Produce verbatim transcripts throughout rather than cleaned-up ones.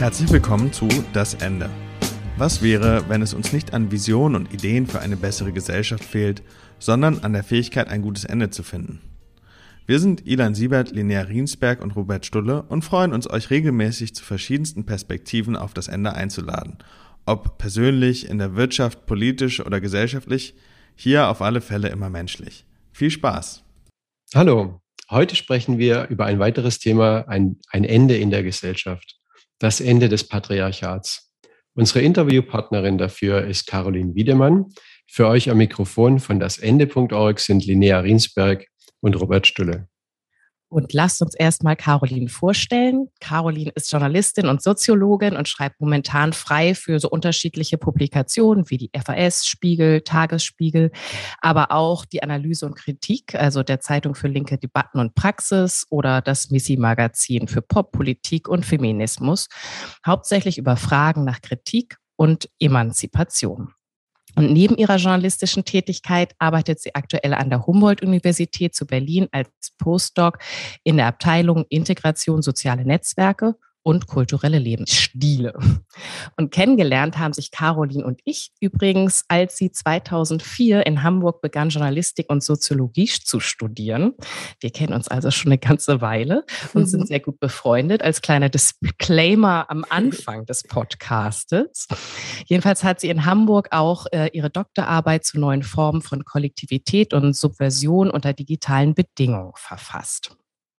Herzlich willkommen zu Das Ende. Was wäre, wenn es uns nicht an Visionen und Ideen für eine bessere Gesellschaft fehlt, sondern an der Fähigkeit, ein gutes Ende zu finden? Wir sind Ilan Siebert, Linnea Riensberg und Robert Stulle und freuen uns, euch regelmäßig zu verschiedensten Perspektiven auf das Ende einzuladen. Ob persönlich, in der Wirtschaft, politisch oder gesellschaftlich, hier auf alle Fälle immer menschlich. Viel Spaß! Hallo, heute sprechen wir über ein weiteres Thema, ein, ein Ende in der Gesellschaft. Das Ende des Patriarchats. Unsere Interviewpartnerin dafür ist Caroline Wiedemann. Für euch am Mikrofon von dasende punkt org sind Linnea Riensberg und Robert Stulle. Und lasst uns erstmal Caroline vorstellen. Caroline ist Journalistin und Soziologin und schreibt momentan frei für so unterschiedliche Publikationen wie die F A S, Spiegel, Tagesspiegel, aber auch die Analyse und Kritik, also der Zeitung für linke Debatten und Praxis oder das Missi-Magazin für Pop, Politik und Feminismus, hauptsächlich über Fragen nach Kritik und Emanzipation. Und neben ihrer journalistischen Tätigkeit arbeitet sie aktuell an der Humboldt-Universität zu Berlin als Postdoc in der Abteilung Integration soziale Netzwerke und kulturelle Lebensstile. Und kennengelernt haben sich Caroline und ich übrigens, als sie zweitausendvier in Hamburg begann, Journalistik und Soziologie zu studieren. Wir kennen uns also schon eine ganze Weile und sind sehr gut befreundet, als kleiner Disclaimer am Anfang des Podcastes. Jedenfalls hat sie in Hamburg auch äh, ihre Doktorarbeit zu neuen Formen von Kollektivität und Subversion unter digitalen Bedingungen verfasst.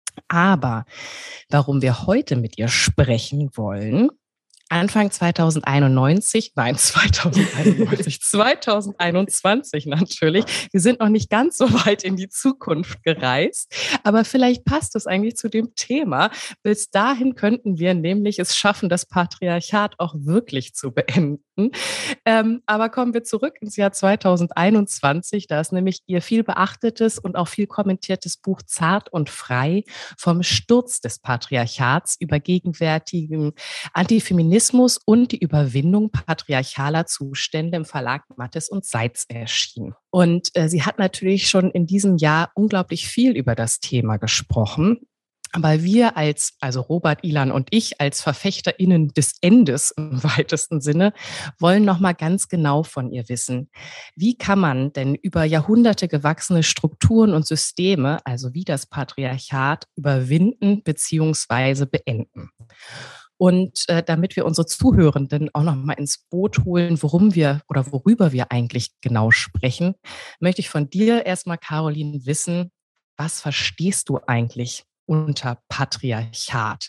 Aber warum wir heute mit ihr sprechen wollen, Anfang zweitausendeinundneunzig, nein, zweitausendeinundneunzig, zweitausendeinundzwanzig natürlich. Wir sind noch nicht ganz so weit in die Zukunft gereist, aber vielleicht passt es eigentlich zu dem Thema. Bis dahin könnten wir nämlich es schaffen, das Patriarchat auch wirklich zu beenden. Ähm, aber kommen wir zurück ins Jahr zweitausendeinundzwanzig. Da ist nämlich ihr viel beachtetes und auch viel kommentiertes Buch Zart und frei vom Sturz des Patriarchats über gegenwärtigen Antifeminismus und die Überwindung patriarchaler Zustände im Verlag Mattes und Seitz erschienen. Und äh, sie hat natürlich schon in diesem Jahr unglaublich viel über das Thema gesprochen. Aber wir als, also Robert, Ilan und ich als VerfechterInnen des Endes im weitesten Sinne, wollen nochmal ganz genau von ihr wissen. Wie kann man denn über Jahrhunderte gewachsene Strukturen und Systeme, also wie das Patriarchat, überwinden bzw. beenden? Und äh, damit wir unsere Zuhörenden auch noch mal ins Boot holen, worum wir oder worüber wir eigentlich genau sprechen, möchte ich von dir erstmal, Caroline, wissen, was verstehst du eigentlich unter Patriarchat?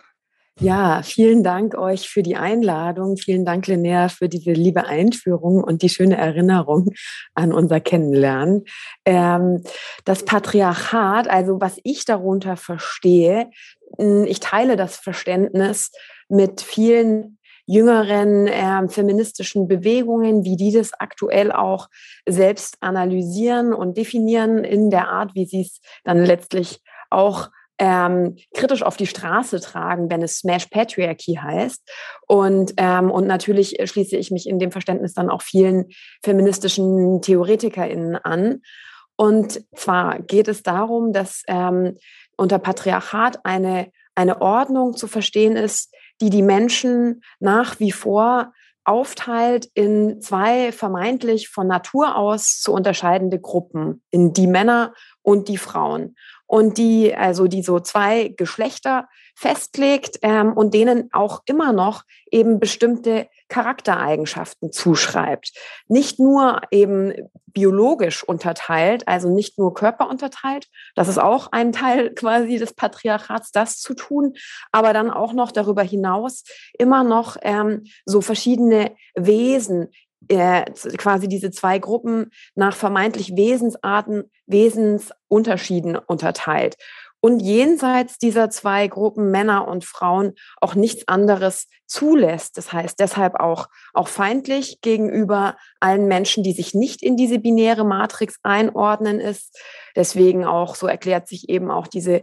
Ja, vielen Dank euch für die Einladung. Vielen Dank, Linnea, für diese liebe Einführung und die schöne Erinnerung an unser Kennenlernen. Ähm, das Patriarchat, also was ich darunter verstehe, ich teile das Verständnis mit vielen jüngeren äh, feministischen Bewegungen, wie die das aktuell auch selbst analysieren und definieren in der Art, wie sie es dann letztlich auch ähm, kritisch auf die Straße tragen, wenn es Smash Patriarchy heißt. Und, ähm, und natürlich schließe ich mich in dem Verständnis dann auch vielen feministischen TheoretikerInnen an. Und zwar geht es darum, dass ähm, unter Patriarchat eine, eine Ordnung zu verstehen ist, die die Menschen nach wie vor aufteilt in zwei vermeintlich von Natur aus zu unterscheidende Gruppen, in die Männer und die Frauen. Und die, also die so zwei Geschlechter festlegt ähm, und denen auch immer noch eben bestimmte Charaktereigenschaften zuschreibt. Nicht nur eben biologisch unterteilt, also nicht nur Körper unterteilt, das ist auch ein Teil quasi des Patriarchats, das zu tun, aber dann auch noch darüber hinaus immer noch ähm, so verschiedene Wesen, äh, quasi diese zwei Gruppen nach vermeintlich Wesensarten, Wesensunterschieden unterteilt. Und jenseits dieser zwei Gruppen, Männer und Frauen, auch nichts anderes zulässt. Das heißt deshalb auch, auch feindlich gegenüber allen Menschen, die sich nicht in diese binäre Matrix einordnen ist. Deswegen auch, so erklärt sich eben auch diese,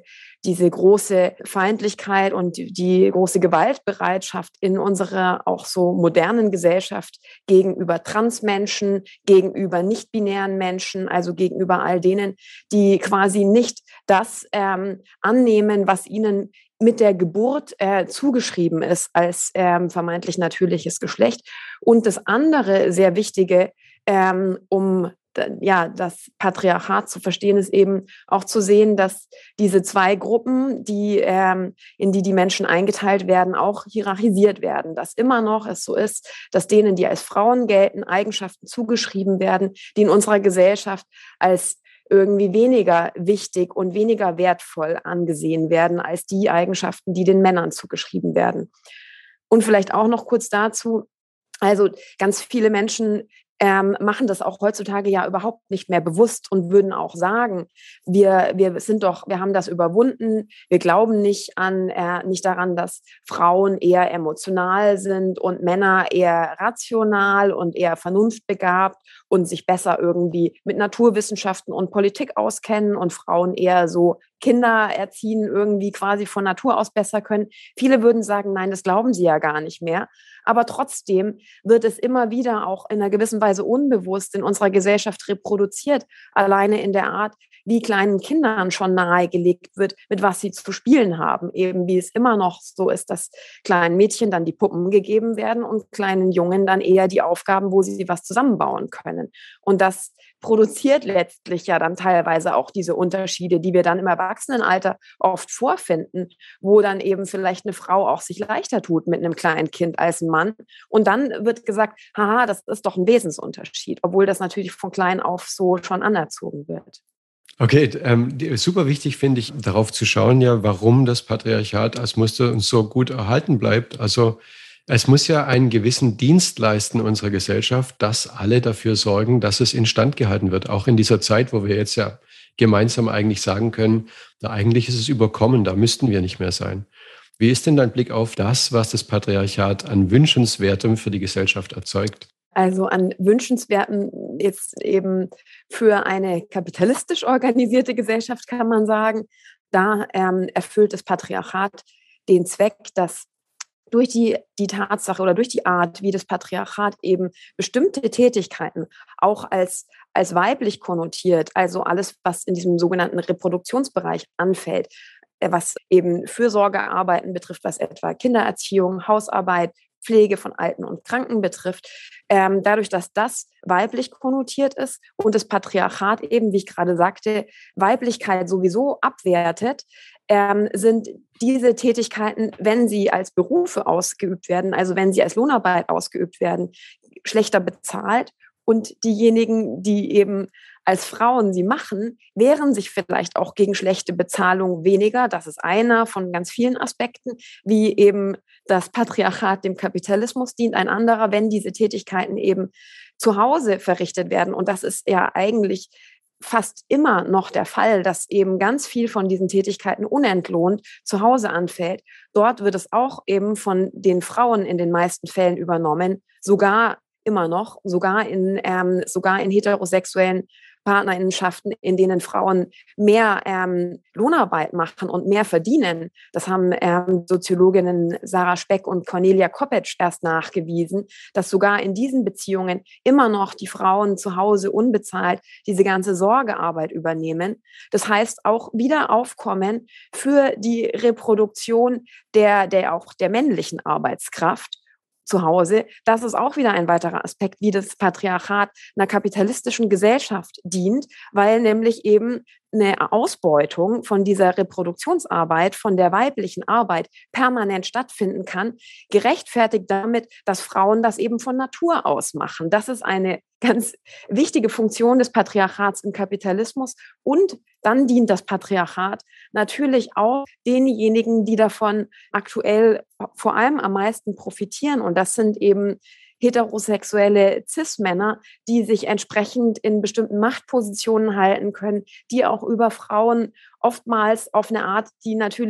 diese große Feindlichkeit und die, die große Gewaltbereitschaft in unserer auch so modernen Gesellschaft gegenüber Transmenschen, gegenüber nicht-binären Menschen, also gegenüber all denen, die quasi nicht das ähm, annehmen, was ihnen mit der Geburt äh, zugeschrieben ist als ähm, vermeintlich natürliches Geschlecht. Und das andere sehr Wichtige, ähm, um ja, das Patriarchat zu verstehen, ist eben auch zu sehen, dass diese zwei Gruppen, die, ähm, in die die Menschen eingeteilt werden, auch hierarchisiert werden. Dass immer noch es so ist, dass denen, die als Frauen gelten, Eigenschaften zugeschrieben werden, die in unserer Gesellschaft als irgendwie weniger wichtig und weniger wertvoll angesehen werden als die Eigenschaften, die den Männern zugeschrieben werden. Und vielleicht auch noch kurz dazu, also ganz viele Menschen Ähm, machen das auch heutzutage ja überhaupt nicht mehr bewusst und würden auch sagen, wir, wir sind doch, wir haben das überwunden, wir glauben nicht an, äh, nicht daran, dass Frauen eher emotional sind und Männer eher rational und eher vernunftbegabt und sich besser irgendwie mit Naturwissenschaften und Politik auskennen und Frauen eher so Kinder erziehen irgendwie quasi von Natur aus besser können. Viele würden sagen, nein, das glauben sie ja gar nicht mehr. Aber trotzdem wird es immer wieder auch in einer gewissen Weise unbewusst in unserer Gesellschaft reproduziert, alleine in der Art, wie kleinen Kindern schon nahegelegt wird, mit was sie zu spielen haben. Eben wie es immer noch so ist, dass kleinen Mädchen dann die Puppen gegeben werden und kleinen Jungen dann eher die Aufgaben, wo sie was zusammenbauen können. Und das produziert letztlich ja dann teilweise auch diese Unterschiede, die wir dann im Erwachsenenalter oft vorfinden, wo dann eben vielleicht eine Frau auch sich leichter tut mit einem kleinen Kind als ein Mann. Und dann wird gesagt, haha, das ist doch ein Wesensunterschied, obwohl das natürlich von klein auf so schon anerzogen wird. Okay, ähm, super wichtig finde ich, darauf zu schauen, ja, warum das Patriarchat als Muster uns so gut erhalten bleibt. Also es muss ja einen gewissen Dienst leisten unserer Gesellschaft, dass alle dafür sorgen, dass es instand gehalten wird. Auch in dieser Zeit, wo wir jetzt ja gemeinsam eigentlich sagen können, na, eigentlich ist es überkommen, da müssten wir nicht mehr sein. Wie ist denn dein Blick auf das, was das Patriarchat an Wünschenswertem für die Gesellschaft erzeugt? Also an Wünschenswerten jetzt eben für eine kapitalistisch organisierte Gesellschaft kann man sagen, da ähm, erfüllt das Patriarchat den Zweck, dass durch die, die Tatsache oder durch die Art, wie das Patriarchat eben bestimmte Tätigkeiten auch als, als weiblich konnotiert, also alles, was in diesem sogenannten Reproduktionsbereich anfällt, was eben Fürsorgearbeiten betrifft, was etwa Kindererziehung, Hausarbeit, Pflege von Alten und Kranken betrifft, ähm, dadurch, dass das weiblich konnotiert ist und das Patriarchat eben, wie ich gerade sagte, Weiblichkeit sowieso abwertet, ähm, sind diese Tätigkeiten, wenn sie als Berufe ausgeübt werden, also wenn sie als Lohnarbeit ausgeübt werden, schlechter bezahlt. Und diejenigen, die eben als Frauen sie machen, wehren sich vielleicht auch gegen schlechte Bezahlung weniger. Das ist einer von ganz vielen Aspekten, wie eben das Patriarchat dem Kapitalismus dient. Ein anderer, wenn diese Tätigkeiten eben zu Hause verrichtet werden. Und das ist ja eigentlich fast immer noch der Fall, dass eben ganz viel von diesen Tätigkeiten unentlohnt zu Hause anfällt. Dort wird es auch eben von den Frauen in den meisten Fällen übernommen, sogar immer noch, sogar in, ähm, sogar in heterosexuellen Partnerinnenschaften, in denen Frauen mehr ähm, Lohnarbeit machen und mehr verdienen. Das haben ähm, Soziologinnen Sarah Speck und Cornelia Koppetsch erst nachgewiesen, dass sogar in diesen Beziehungen immer noch die Frauen zu Hause unbezahlt diese ganze Sorgearbeit übernehmen. Das heißt auch wieder Aufkommen für die Reproduktion der, der auch der männlichen Arbeitskraft zu Hause. Das ist auch wieder ein weiterer Aspekt, wie das Patriarchat einer kapitalistischen Gesellschaft dient, weil nämlich eben eine Ausbeutung von dieser Reproduktionsarbeit, von der weiblichen Arbeit permanent stattfinden kann, gerechtfertigt damit, dass Frauen das eben von Natur aus machen. Das ist eine ganz wichtige Funktion des Patriarchats im Kapitalismus. Und dann dient das Patriarchat natürlich auch denjenigen, die davon aktuell vor allem am meisten profitieren. Und das sind eben heterosexuelle Cis-Männer, die sich entsprechend in bestimmten Machtpositionen halten können, die auch über Frauen oftmals auf eine Art, die natürlich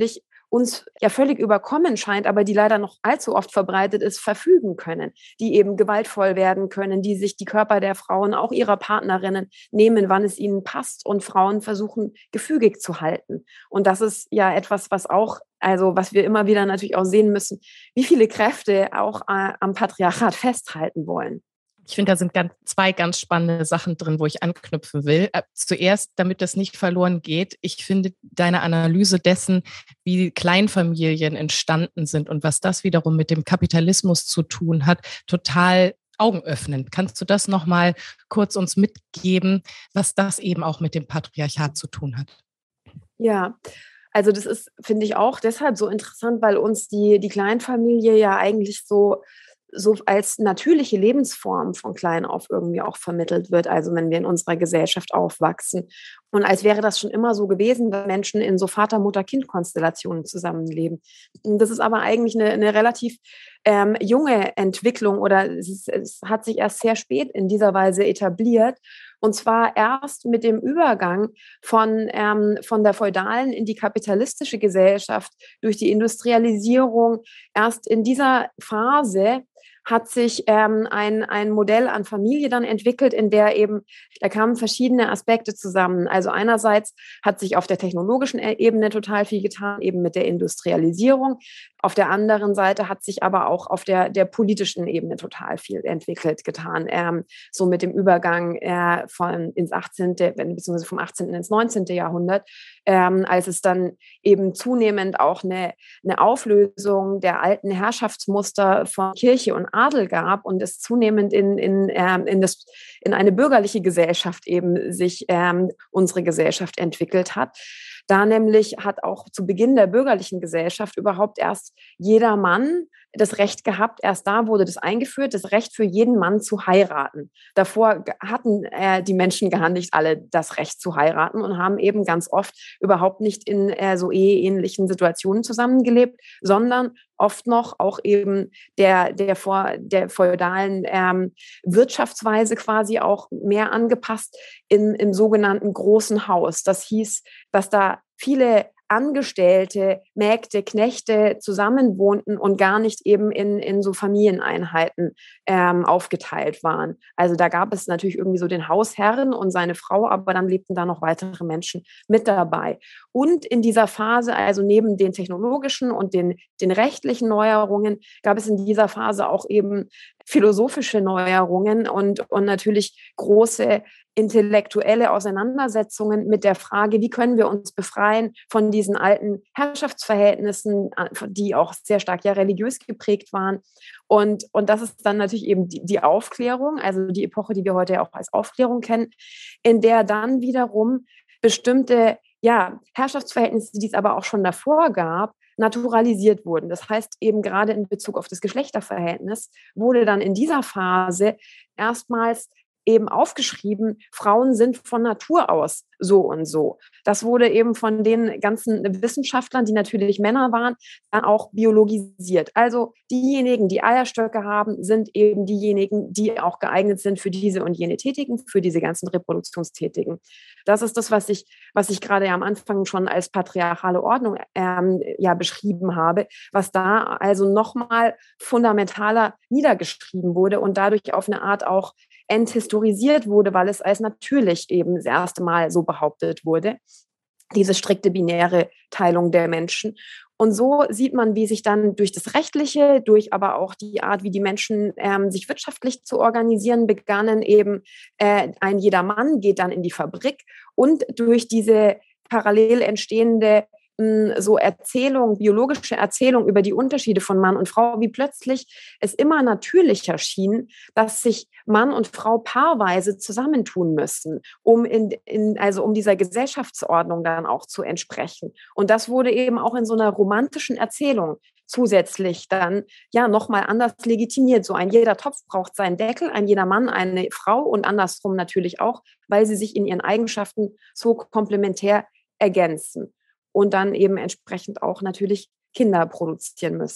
uns ja völlig überkommen scheint, aber die leider noch allzu oft verbreitet ist, verfügen können, die eben gewaltvoll werden können, die sich die Körper der Frauen, auch ihrer Partnerinnen nehmen, wann es ihnen passt und Frauen versuchen, gefügig zu halten. Und das ist ja etwas, was auch, also was wir immer wieder natürlich auch sehen müssen, wie viele Kräfte auch äh, am Patriarchat festhalten wollen. Ich finde, da sind ganz, zwei ganz spannende Sachen drin, wo ich anknüpfen will. Zuerst, damit das nicht verloren geht, ich finde deine Analyse dessen, wie Kleinfamilien entstanden sind und was das wiederum mit dem Kapitalismus zu tun hat, total augenöffnend. Kannst du das nochmal kurz uns mitgeben, was das eben auch mit dem Patriarchat zu tun hat? Ja, also das ist, finde ich, auch deshalb so interessant, weil uns die, die Kleinfamilie ja eigentlich so so als natürliche Lebensform von klein auf irgendwie auch vermittelt wird, also wenn wir in unserer Gesellschaft aufwachsen. Und als wäre das schon immer so gewesen, dass Menschen in so Vater-Mutter-Kind-Konstellationen zusammenleben. Das ist aber eigentlich eine, eine relativ ähm, junge Entwicklung oder es, ist, es hat sich erst sehr spät in dieser Weise etabliert. Und zwar erst mit dem Übergang von, ähm, von der feudalen in die kapitalistische Gesellschaft durch die Industrialisierung. Erst in dieser Phase hat sich ähm, ein, ein Modell an Familie dann entwickelt, in der eben, da kamen verschiedene Aspekte zusammen. Also einerseits hat sich auf der technologischen Ebene total viel getan, eben mit der Industrialisierung. Auf der anderen Seite hat sich aber auch auf der, der politischen Ebene total viel entwickelt, getan. Ähm, so mit dem Übergang äh, von ins achtzehnten beziehungsweise vom achtzehnten ins neunzehnten Jahrhundert, ähm, als es dann eben zunehmend auch eine, eine Auflösung der alten Herrschaftsmuster von Kirche und Adel gab und es zunehmend in, in, ähm, in, das, in eine bürgerliche Gesellschaft eben sich ähm, unsere Gesellschaft entwickelt hat. Da nämlich hat auch zu Beginn der bürgerlichen Gesellschaft überhaupt erst jeder Mann das Recht gehabt, erst da wurde das eingeführt, das Recht für jeden Mann zu heiraten. Davor hatten äh, die Menschen gar nicht alle das Recht zu heiraten und haben eben ganz oft überhaupt nicht in äh, so eheähnlichen Situationen zusammengelebt, sondern oft noch auch eben der, der, vor, der feudalen ähm, Wirtschaftsweise quasi auch mehr angepasst in, im sogenannten großen Haus. Das hieß, dass da viele Angestellte, Mägde, Knechte zusammenwohnten und gar nicht eben in, in so Familieneinheiten ähm, aufgeteilt waren. Also da gab es natürlich irgendwie so den Hausherrn und seine Frau, aber dann lebten da noch weitere Menschen mit dabei. Und in dieser Phase, also neben den technologischen und den, den rechtlichen Neuerungen, gab es in dieser Phase auch eben philosophische Neuerungen und, und natürlich große intellektuelle Auseinandersetzungen mit der Frage, wie können wir uns befreien von diesen alten Herrschaftsverhältnissen, die auch sehr stark ja religiös geprägt waren. Und, und das ist dann natürlich eben die, die Aufklärung, also die Epoche, die wir heute ja auch als Aufklärung kennen, in der dann wiederum bestimmte ja, Herrschaftsverhältnisse, die es aber auch schon davor gab, naturalisiert wurden. Das heißt, eben gerade in Bezug auf das Geschlechterverhältnis wurde dann in dieser Phase erstmals eben aufgeschrieben, Frauen sind von Natur aus so und so. Das wurde eben von den ganzen Wissenschaftlern, die natürlich Männer waren, dann auch biologisiert. Also diejenigen, die Eierstöcke haben, sind eben diejenigen, die auch geeignet sind für diese und jene Tätigen, für diese ganzen Reproduktionstätigen. Das ist das, was ich, was ich gerade am Anfang schon als patriarchale Ordnung ähm, ja beschrieben habe, was da also nochmal fundamentaler niedergeschrieben wurde und dadurch auf eine Art auch enthistorisiert wurde, weil es als natürlich eben das erste Mal so behauptet wurde, diese strikte binäre Teilung der Menschen. Und so sieht man, wie sich dann durch das Rechtliche, durch aber auch die Art, wie die Menschen ähm, sich wirtschaftlich zu organisieren begannen, eben äh, ein jeder Mann geht dann in die Fabrik und durch diese parallel entstehende so Erzählung, biologische Erzählung über die Unterschiede von Mann und Frau, wie plötzlich es immer natürlicher schien, dass sich Mann und Frau paarweise zusammentun müssen, um in, in, also um dieser Gesellschaftsordnung dann auch zu entsprechen. Und das wurde eben auch in so einer romantischen Erzählung zusätzlich dann ja nochmal anders legitimiert. So ein jeder Topf braucht seinen Deckel, ein jeder Mann eine Frau und andersrum natürlich auch, weil sie sich in ihren Eigenschaften so komplementär ergänzen. Und dann eben entsprechend auch natürlich Kinder produzieren müssen.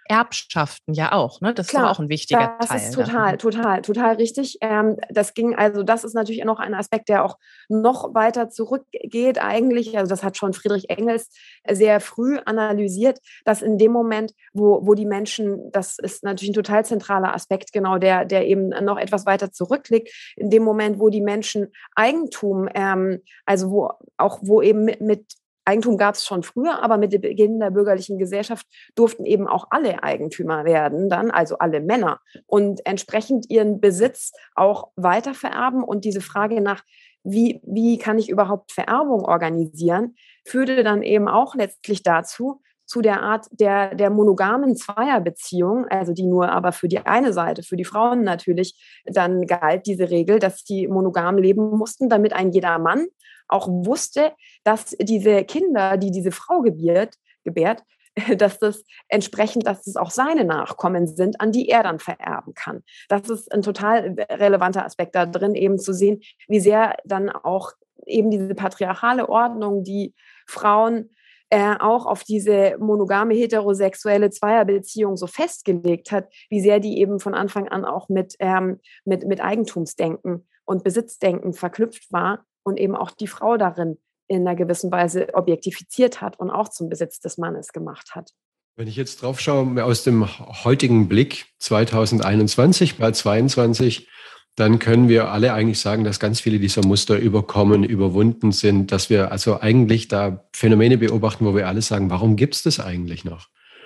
Erbschaften ja auch, ne? Das Klar, ist doch auch ein wichtiger das Teil. Das ist total, dann. total, total richtig. Ähm, das ging, also das ist natürlich noch ein Aspekt, der auch noch weiter zurückgeht eigentlich. Also das hat schon Friedrich Engels sehr früh analysiert, dass in dem Moment, wo, wo die Menschen, das ist natürlich ein total zentraler Aspekt, genau, der, der eben noch etwas weiter zurückliegt, in dem Moment, wo die Menschen Eigentum, ähm, also wo auch, wo eben mit, mit Eigentum gab es schon früher, aber mit dem Beginn der bürgerlichen Gesellschaft durften eben auch alle Eigentümer werden, dann, also alle Männer, und entsprechend ihren Besitz auch weitervererben. Und diese Frage nach, wie, wie kann ich überhaupt Vererbung organisieren, führte dann eben auch letztlich dazu, zu der Art der, der monogamen Zweierbeziehung, also die nur aber für die eine Seite, für die Frauen natürlich, dann galt diese Regel, dass die monogam leben mussten, damit ein jeder Mann auch wusste, dass diese Kinder, die diese Frau gebiert, gebärt, dass das entsprechend, dass es auch seine Nachkommen sind, an die er dann vererben kann. Das ist ein total relevanter Aspekt da drin, eben zu sehen, wie sehr dann auch eben diese patriarchale Ordnung, die Frauen äh, auch auf diese monogame heterosexuelle Zweierbeziehung so festgelegt hat, wie sehr die eben von Anfang an auch mit, ähm, mit, mit Eigentumsdenken und Besitzdenken verknüpft war und eben auch die Frau darin in einer gewissen Weise objektifiziert hat und auch zum Besitz des Mannes gemacht hat. Wenn ich jetzt drauf schaue, aus dem heutigen Blick zwanzig einundzwanzig, bald zweiundzwanzig, dann können wir alle eigentlich sagen, dass ganz viele dieser Muster überkommen, überwunden sind, dass wir also eigentlich da Phänomene beobachten, wo wir alle sagen, warum gibt es das eigentlich noch?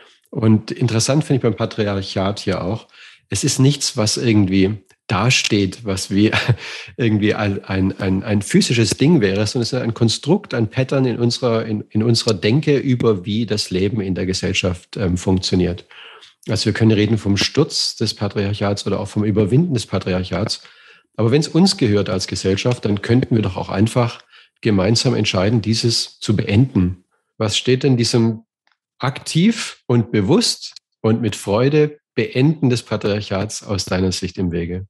Und interessant finde ich beim Patriarchat hier auch, es ist nichts, was irgendwie dasteht, was wie irgendwie ein, ein, ein, ein physisches Ding wäre, sondern es ist ein Konstrukt, ein Pattern in unserer, in, in unserer Denke über, wie das Leben in der Gesellschaft ähm, funktioniert. Also wir können reden vom Sturz des Patriarchats oder auch vom Überwinden des Patriarchats. Aber wenn es uns gehört als Gesellschaft, dann könnten wir doch auch einfach gemeinsam entscheiden, dieses zu beenden. Was steht denn diesem aktiv und bewusst und mit Freude Beenden des Patriarchats aus deiner Sicht im Wege?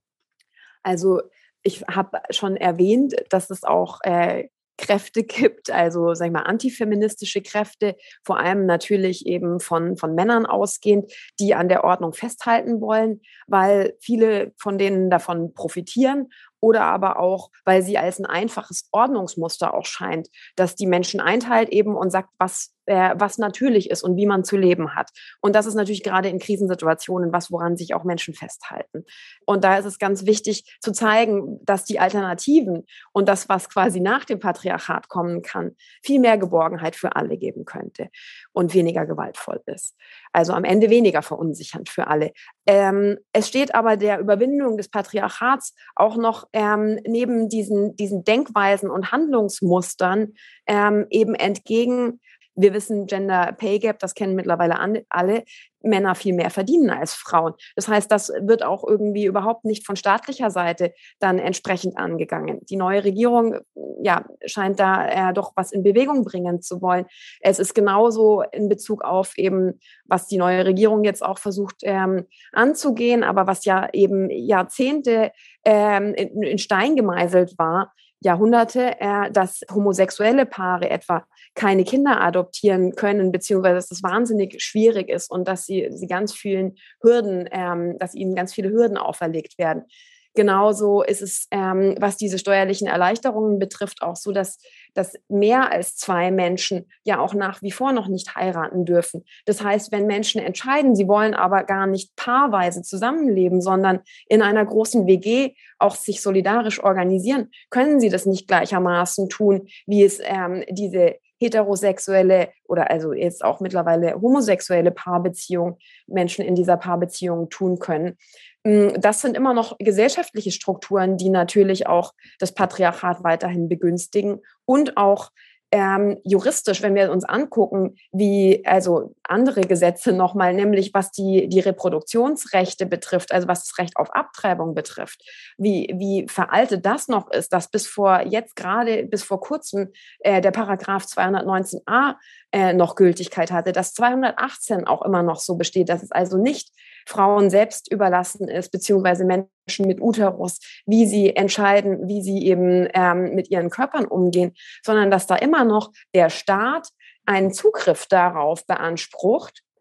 Also ich habe schon erwähnt, dass es auch äh, Kräfte gibt, also sag ich mal antifeministische Kräfte, vor allem natürlich eben von, von Männern ausgehend, die an der Ordnung festhalten wollen, weil viele von denen davon profitieren oder aber auch, weil sie als ein einfaches Ordnungsmuster auch scheint, dass die Menschen einteilt eben und sagt, was, äh, was natürlich ist und wie man zu leben hat. Und das ist natürlich gerade in Krisensituationen was, woran sich auch Menschen festhalten. Und da ist es ganz wichtig zu zeigen, dass die Alternativen und das, was quasi nach dem Patriarchat kommen kann, viel mehr Geborgenheit für alle geben könnte und weniger gewaltvoll ist. Also am Ende weniger verunsichernd für alle. Ähm, es steht aber der Überwindung des Patriarchats auch noch ähm, neben diesen, diesen Denkweisen und Handlungsmustern ähm, eben entgegen. Wir wissen, Gender Pay Gap, das kennen mittlerweile alle, Männer viel mehr verdienen als Frauen. Das heißt, das wird auch irgendwie überhaupt nicht von staatlicher Seite dann entsprechend angegangen. Die neue Regierung ja, scheint da äh, doch was in Bewegung bringen zu wollen. Es ist genauso in Bezug auf eben, was die neue Regierung jetzt auch versucht ähm, anzugehen, aber was ja eben Jahrzehnte ähm, in, in Stein gemeißelt war, Jahrhunderte, äh, dass homosexuelle Paare etwa keine Kinder adoptieren können, beziehungsweise dass das wahnsinnig schwierig ist und dass sie, sie ganz vielen Hürden, ähm, dass ihnen ganz viele Hürden auferlegt werden. Genauso ist es, ähm, was diese steuerlichen Erleichterungen betrifft, auch so, dass, dass mehr als zwei Menschen ja auch nach wie vor noch nicht heiraten dürfen. Das heißt, wenn Menschen entscheiden, sie wollen aber gar nicht paarweise zusammenleben, sondern in einer großen W G auch sich solidarisch organisieren, können sie das nicht gleichermaßen tun, wie es ähm, diese heterosexuelle oder also jetzt auch mittlerweile homosexuelle Paarbeziehung, Menschen in dieser Paarbeziehung tun können. Das sind immer noch gesellschaftliche Strukturen, die natürlich auch das Patriarchat weiterhin begünstigen und auch ähm, juristisch, wenn wir uns angucken, wie also andere Gesetze nochmal, nämlich was die, die Reproduktionsrechte betrifft, also was das Recht auf Abtreibung betrifft, wie, wie veraltet das noch ist, dass bis vor jetzt gerade, bis vor kurzem äh, der Paragraph zweihundertneunzehn a äh, noch Gültigkeit hatte, dass zweihundertachtzehn auch immer noch so besteht, dass es also nicht Frauen selbst überlassen ist, beziehungsweise Menschen mit Uterus, wie sie entscheiden, wie sie eben ähm, mit ihren Körpern umgehen, sondern dass da immer noch der Staat einen Zugriff darauf beansprucht,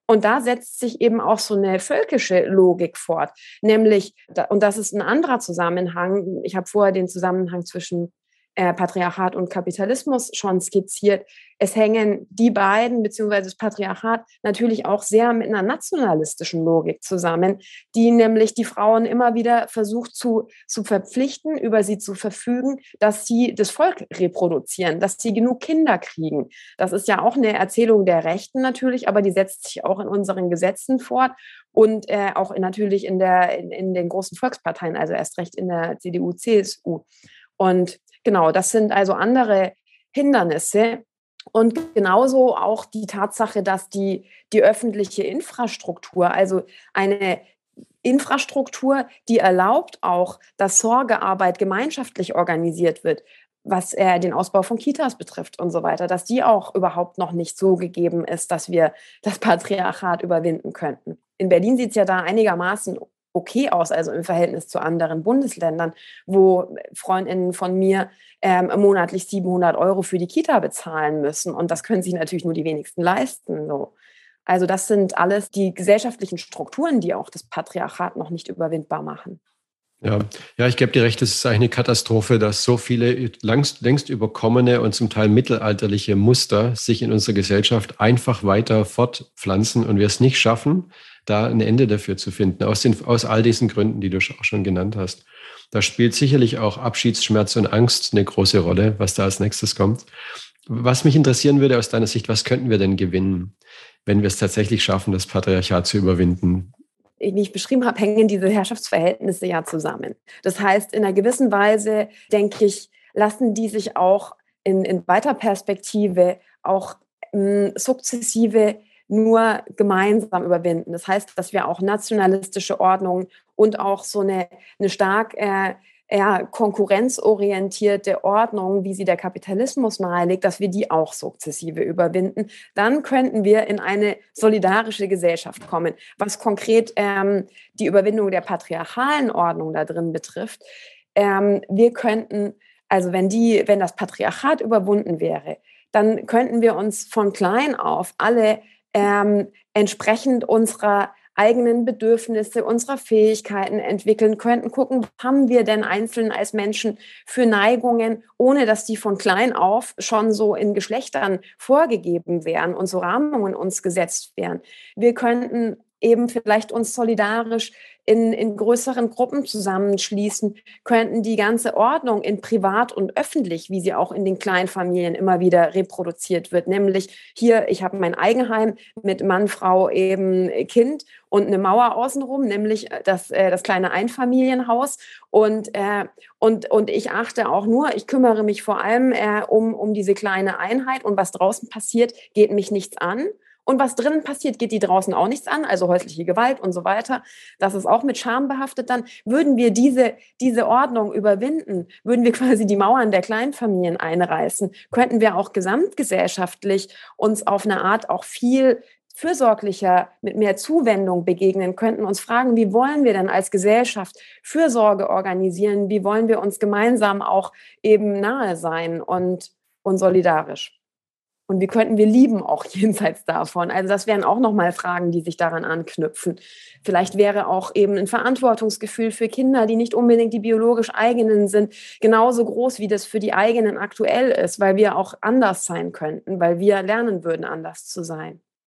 Und da setzt sich eben auch so eine völkische Logik fort, nämlich, und das ist ein anderer Zusammenhang, ich habe vorher den Zusammenhang zwischen äh, Patriarchat und Kapitalismus schon skizziert, es hängen die beiden, beziehungsweise das Patriarchat, natürlich auch sehr mit einer nationalistischen Logik zusammen, die nämlich die Frauen immer wieder versucht zu, zu verpflichten, über sie zu verfügen, dass sie das Volk reproduzieren, dass sie genug Kinder kriegen. Das ist ja auch eine Erzählung der Rechten natürlich, aber die setzt sich auch in unseren Gesetzen fort und äh, auch in, natürlich in, der, in, in den großen Volksparteien, also erst recht in der C D U, C S U. Und genau, das sind also andere Hindernisse. Und genauso auch die Tatsache, dass die, die öffentliche Infrastruktur, also eine Infrastruktur, die erlaubt auch, dass Sorgearbeit gemeinschaftlich organisiert wird, was äh, den Ausbau von Kitas betrifft und so weiter, dass die auch überhaupt noch nicht so gegeben ist, dass wir das Patriarchat überwinden könnten. In Berlin sieht es ja da einigermaßen okay aus, also im Verhältnis zu anderen Bundesländern, wo Freundinnen von mir ähm, monatlich siebenhundert Euro für die Kita bezahlen müssen. Und das können sich natürlich nur die wenigsten leisten. So. Also das sind alles die gesellschaftlichen Strukturen, die auch das Patriarchat noch nicht überwindbar machen. Ja, ja, ich gebe dir recht, es ist eigentlich eine Katastrophe, dass so viele längst, längst überkommene und zum Teil mittelalterliche Muster sich in unserer Gesellschaft einfach weiter fortpflanzen und wir es nicht schaffen, da ein Ende dafür zu finden, aus, den, aus all diesen Gründen, die du auch schon genannt hast. Da spielt sicherlich auch Abschiedsschmerz und Angst eine große Rolle, was da als nächstes kommt. Was mich interessieren würde aus deiner Sicht, was könnten wir denn gewinnen, wenn wir es tatsächlich schaffen, das Patriarchat zu überwinden? Wie ich beschrieben habe, hängen diese Herrschaftsverhältnisse ja zusammen. Das heißt, in einer gewissen Weise, denke ich, lassen die sich auch in, in weiter Perspektive auch mh, sukzessive nur gemeinsam überwinden. Das heißt, dass wir auch nationalistische Ordnungen und auch so eine, eine stark äh, ja, konkurrenzorientierte Ordnung, wie sie der Kapitalismus nahelegt, dass wir die auch sukzessive überwinden. Dann könnten wir in eine solidarische Gesellschaft kommen. Was konkret ähm, die Überwindung der patriarchalen Ordnung da drin betrifft, ähm, wir könnten, also wenn die, wenn das Patriarchat überwunden wäre, dann könnten wir uns von klein auf alle ähm, entsprechend unserer eigenen Bedürfnisse, unserer Fähigkeiten entwickeln, könnten gucken, was haben wir denn einzeln als Menschen für Neigungen, ohne dass die von klein auf schon so in Geschlechtern vorgegeben wären und so Rahmungen uns gesetzt wären. Wir könnten eben vielleicht uns solidarisch in, in größeren Gruppen zusammenschließen, könnten die ganze Ordnung in privat und öffentlich, wie sie auch in den Kleinfamilien immer wieder reproduziert wird, nämlich hier, ich habe mein Eigenheim mit Mann, Frau, eben Kind und eine Mauer außenrum, nämlich das, äh, das kleine Einfamilienhaus und, äh, und, und ich achte auch nur, ich kümmere mich vor allem äh, um, um diese kleine Einheit und was draußen passiert, geht mich nichts an. Und was drinnen passiert, geht die draußen auch nichts an, also häusliche Gewalt und so weiter. Das ist auch mit Scham behaftet dann. Würden wir diese, diese Ordnung überwinden, würden wir quasi die Mauern der Kleinfamilien einreißen, könnten wir auch gesamtgesellschaftlich uns auf eine Art auch viel fürsorglicher, mit mehr Zuwendung begegnen, könnten uns fragen, wie wollen wir denn als Gesellschaft Fürsorge organisieren, wie wollen wir uns gemeinsam auch eben nahe sein und, und solidarisch. Und wie könnten wir lieben auch jenseits davon? Also das wären auch nochmal Fragen, die sich daran anknüpfen. Vielleicht wäre auch eben ein Verantwortungsgefühl für Kinder, die nicht unbedingt die biologisch eigenen sind, genauso groß, wie das für die eigenen aktuell ist, weil wir auch anders sein könnten, weil wir lernen würden, anders zu sein.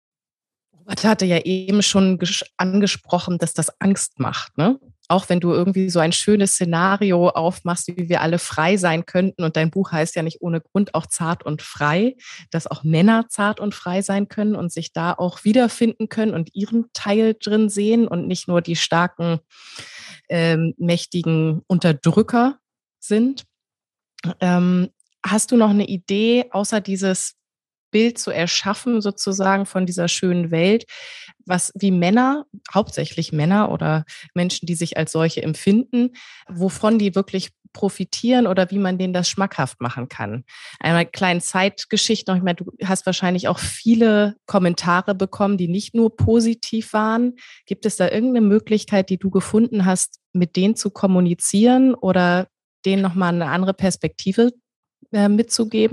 Robert hatte ja eben schon angesprochen, dass das Angst macht, ne? Auch wenn du irgendwie so ein schönes Szenario aufmachst, wie wir alle frei sein könnten. Und dein Buch heißt ja nicht ohne Grund auch Zart und Frei, dass auch Männer zart und frei sein können und sich da auch wiederfinden können und ihren Teil drin sehen und nicht nur die starken, ähm, mächtigen Unterdrücker sind. Ähm, hast du noch eine Idee, außer dieses Bild zu erschaffen, sozusagen von dieser schönen Welt, was wie Männer, hauptsächlich Männer oder Menschen, die sich als solche empfinden, wovon die wirklich profitieren oder wie man denen das schmackhaft machen kann. Eine kleine Zeitgeschichte noch, ich meine, du hast wahrscheinlich auch viele Kommentare bekommen, die nicht nur positiv waren. Gibt es da irgendeine Möglichkeit, die du gefunden hast, mit denen zu kommunizieren oder denen nochmal eine andere Perspektive äh, mitzugeben?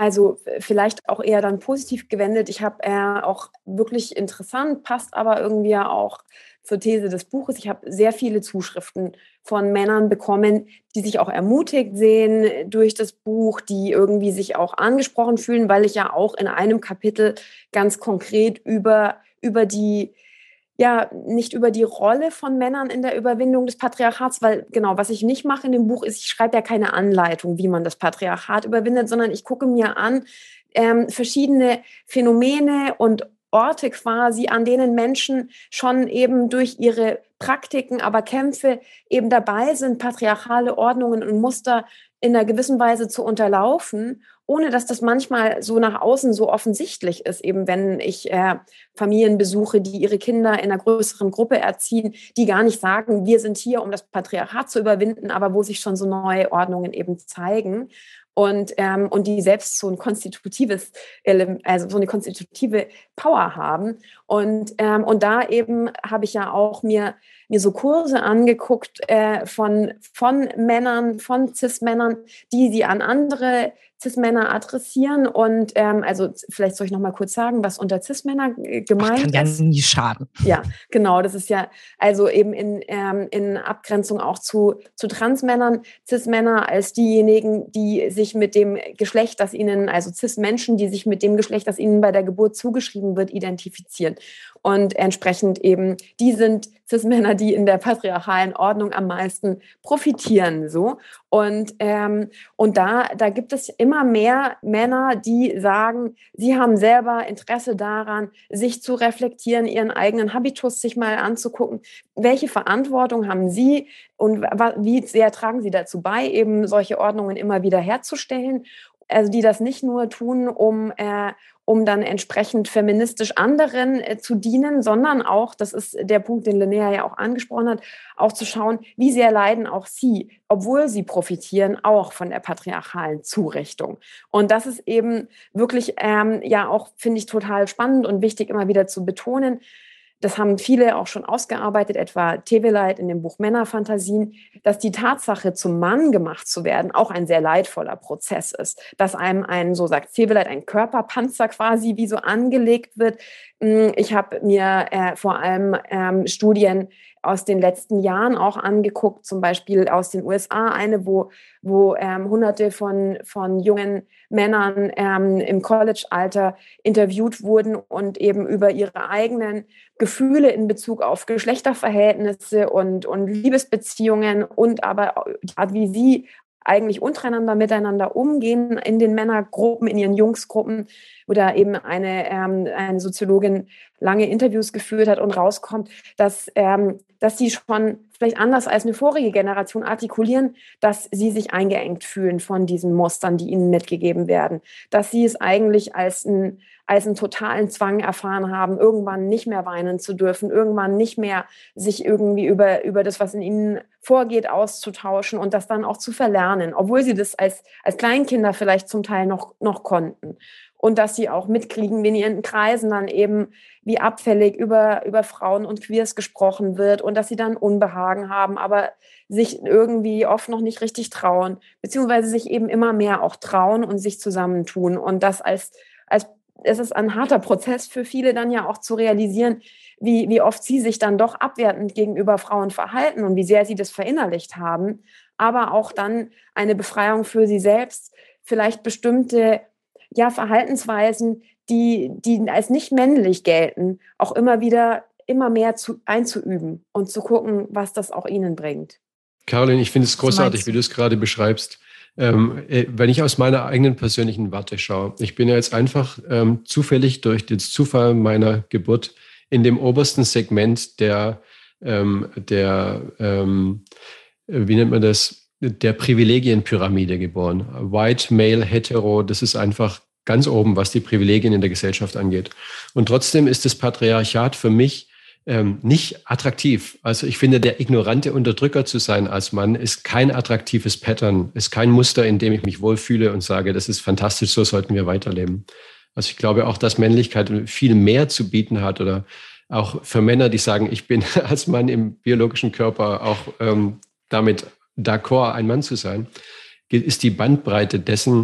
Also vielleicht auch eher dann positiv gewendet. Ich habe äh, auch wirklich interessant, passt aber irgendwie auch zur These des Buches. Ich habe sehr viele Zuschriften von Männern bekommen, die sich auch ermutigt sehen durch das Buch, die irgendwie sich auch angesprochen fühlen, weil ich ja auch in einem Kapitel ganz konkret über, über die, ja, nicht über die Rolle von Männern in der Überwindung des Patriarchats, weil genau, was ich nicht mache in dem Buch ist, ich schreibe ja keine Anleitung, wie man das Patriarchat überwindet, sondern ich gucke mir an ähm, verschiedene Phänomene und Orte quasi, an denen Menschen schon eben durch ihre Praktiken, aber Kämpfe eben dabei sind, patriarchale Ordnungen und Muster in einer gewissen Weise zu unterlaufen, ohne dass das manchmal so nach außen so offensichtlich ist, eben wenn ich äh, Familien besuche, die ihre Kinder in einer größeren Gruppe erziehen, die gar nicht sagen, wir sind hier, um das Patriarchat zu überwinden, aber wo sich schon so neue Ordnungen eben zeigen. Und, ähm, und die selbst so ein konstitutives, also so eine konstitutive Power haben. Und, ähm, und da eben habe ich ja auch mir, mir so Kurse angeguckt äh, von, von Männern, von Cis-Männern, die sie an andere Cis-Männer adressieren. Und ähm, also vielleicht soll ich noch mal kurz sagen, was unter Cis-Männer gemeint Ach, kann ist. ja nie schaden. Ja, genau. Das ist ja also eben in, ähm, in Abgrenzung auch zu, zu Transmännern, Cis-Männer als diejenigen, die sich mit dem Geschlecht, das ihnen, also Cis-Menschen, die sich mit dem Geschlecht, das ihnen bei der Geburt zugeschrieben wird, identifizieren. Und entsprechend eben, die sind Cis-Männer, die in der patriarchalen Ordnung am meisten profitieren. So. Und, ähm, und da, da gibt es immer mehr Männer, die sagen, sie haben selber Interesse daran, sich zu reflektieren, ihren eigenen Habitus sich mal anzugucken. Welche Verantwortung haben sie und wie sehr tragen sie dazu bei, eben solche Ordnungen immer wieder herzustellen? Also die das nicht nur tun, um, äh, um dann entsprechend feministisch anderen äh, zu dienen, sondern auch, das ist der Punkt, den Linnea ja auch angesprochen hat, auch zu schauen, wie sehr leiden auch sie, obwohl sie profitieren, auch von der patriarchalen Zurichtung. Und das ist eben wirklich ähm, ja auch, finde ich, total spannend und wichtig immer wieder zu betonen. Das haben viele auch schon ausgearbeitet, etwa Teveleit in dem Buch Männerfantasien, dass die Tatsache, zum Mann gemacht zu werden, auch ein sehr leidvoller Prozess ist. Dass einem ein, so sagt Teveleit, ein Körperpanzer quasi wie so angelegt wird. Ich habe mir äh, vor allem ähm, Studien aus den letzten Jahren auch angeguckt, zum Beispiel aus den U S A, eine, wo, wo ähm, hunderte von, von jungen Männern ähm, im College-Alter interviewt wurden und eben über ihre eigenen Gefühle in Bezug auf Geschlechterverhältnisse und, und Liebesbeziehungen und aber wie sie eigentlich untereinander miteinander umgehen in den Männergruppen, in ihren Jungsgruppen, wo da eben eine, ähm, eine Soziologin lange Interviews geführt hat und rauskommt, dass, ähm, dass sie schon vielleicht anders als eine vorige Generation artikulieren, dass sie sich eingeengt fühlen von diesen Mustern, die ihnen mitgegeben werden, dass sie es eigentlich als, ein, als einen totalen Zwang erfahren haben, irgendwann nicht mehr weinen zu dürfen, irgendwann nicht mehr sich irgendwie über, über das, was in ihnen vorgeht, auszutauschen und das dann auch zu verlernen, obwohl sie das als, als Kleinkinder vielleicht zum Teil noch, noch konnten. Und dass sie auch mitkriegen, wie in ihren Kreisen dann eben wie abfällig über, über Frauen und Queers gesprochen wird und dass sie dann Unbehagen haben, aber sich irgendwie oft noch nicht richtig trauen, beziehungsweise sich eben immer mehr auch trauen und sich zusammentun. Und das als, als es ist ein harter Prozess für viele dann ja auch zu realisieren, wie, wie oft sie sich dann doch abwertend gegenüber Frauen verhalten und wie sehr sie das verinnerlicht haben, aber auch dann eine Befreiung für sie selbst, vielleicht bestimmte ja, Verhaltensweisen, die, die als nicht männlich gelten, auch immer wieder immer mehr zu, einzuüben und zu gucken, was das auch ihnen bringt. Caroline, ich finde es großartig, wie du es gerade beschreibst. Ähm, wenn ich aus meiner eigenen persönlichen Warte schaue, ich bin ja jetzt einfach ähm, zufällig durch den Zufall meiner Geburt in dem obersten Segment der, ähm, der ähm, wie nennt man das, der Privilegienpyramide geboren. White, Male, Hetero, das ist einfach ganz oben, was die Privilegien in der Gesellschaft angeht. Und trotzdem ist das Patriarchat für mich ähm, nicht attraktiv. Also ich finde, der ignorante Unterdrücker zu sein als Mann ist kein attraktives Pattern, ist kein Muster, in dem ich mich wohlfühle und sage, das ist fantastisch, so sollten wir weiterleben. Also ich glaube auch, dass Männlichkeit viel mehr zu bieten hat oder auch für Männer, die sagen, ich bin als Mann im biologischen Körper auch ähm, damit d'accord, ein Mann zu sein, ist die Bandbreite dessen,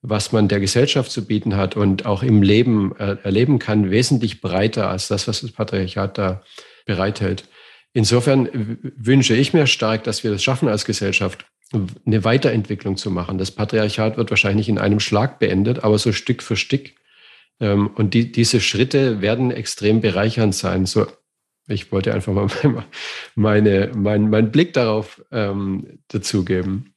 was man der Gesellschaft zu bieten hat und auch im Leben äh, erleben kann, wesentlich breiter als das, was das Patriarchat da bereithält. Insofern wünsche ich mir stark, dass wir das schaffen als Gesellschaft, eine Weiterentwicklung zu machen. Das Patriarchat wird wahrscheinlich in einem Schlag beendet, aber so Stück für Stück. Und die, diese Schritte werden extrem bereichernd sein. So, ich wollte einfach mal meine, mein, meinen Blick darauf ähm, dazugeben.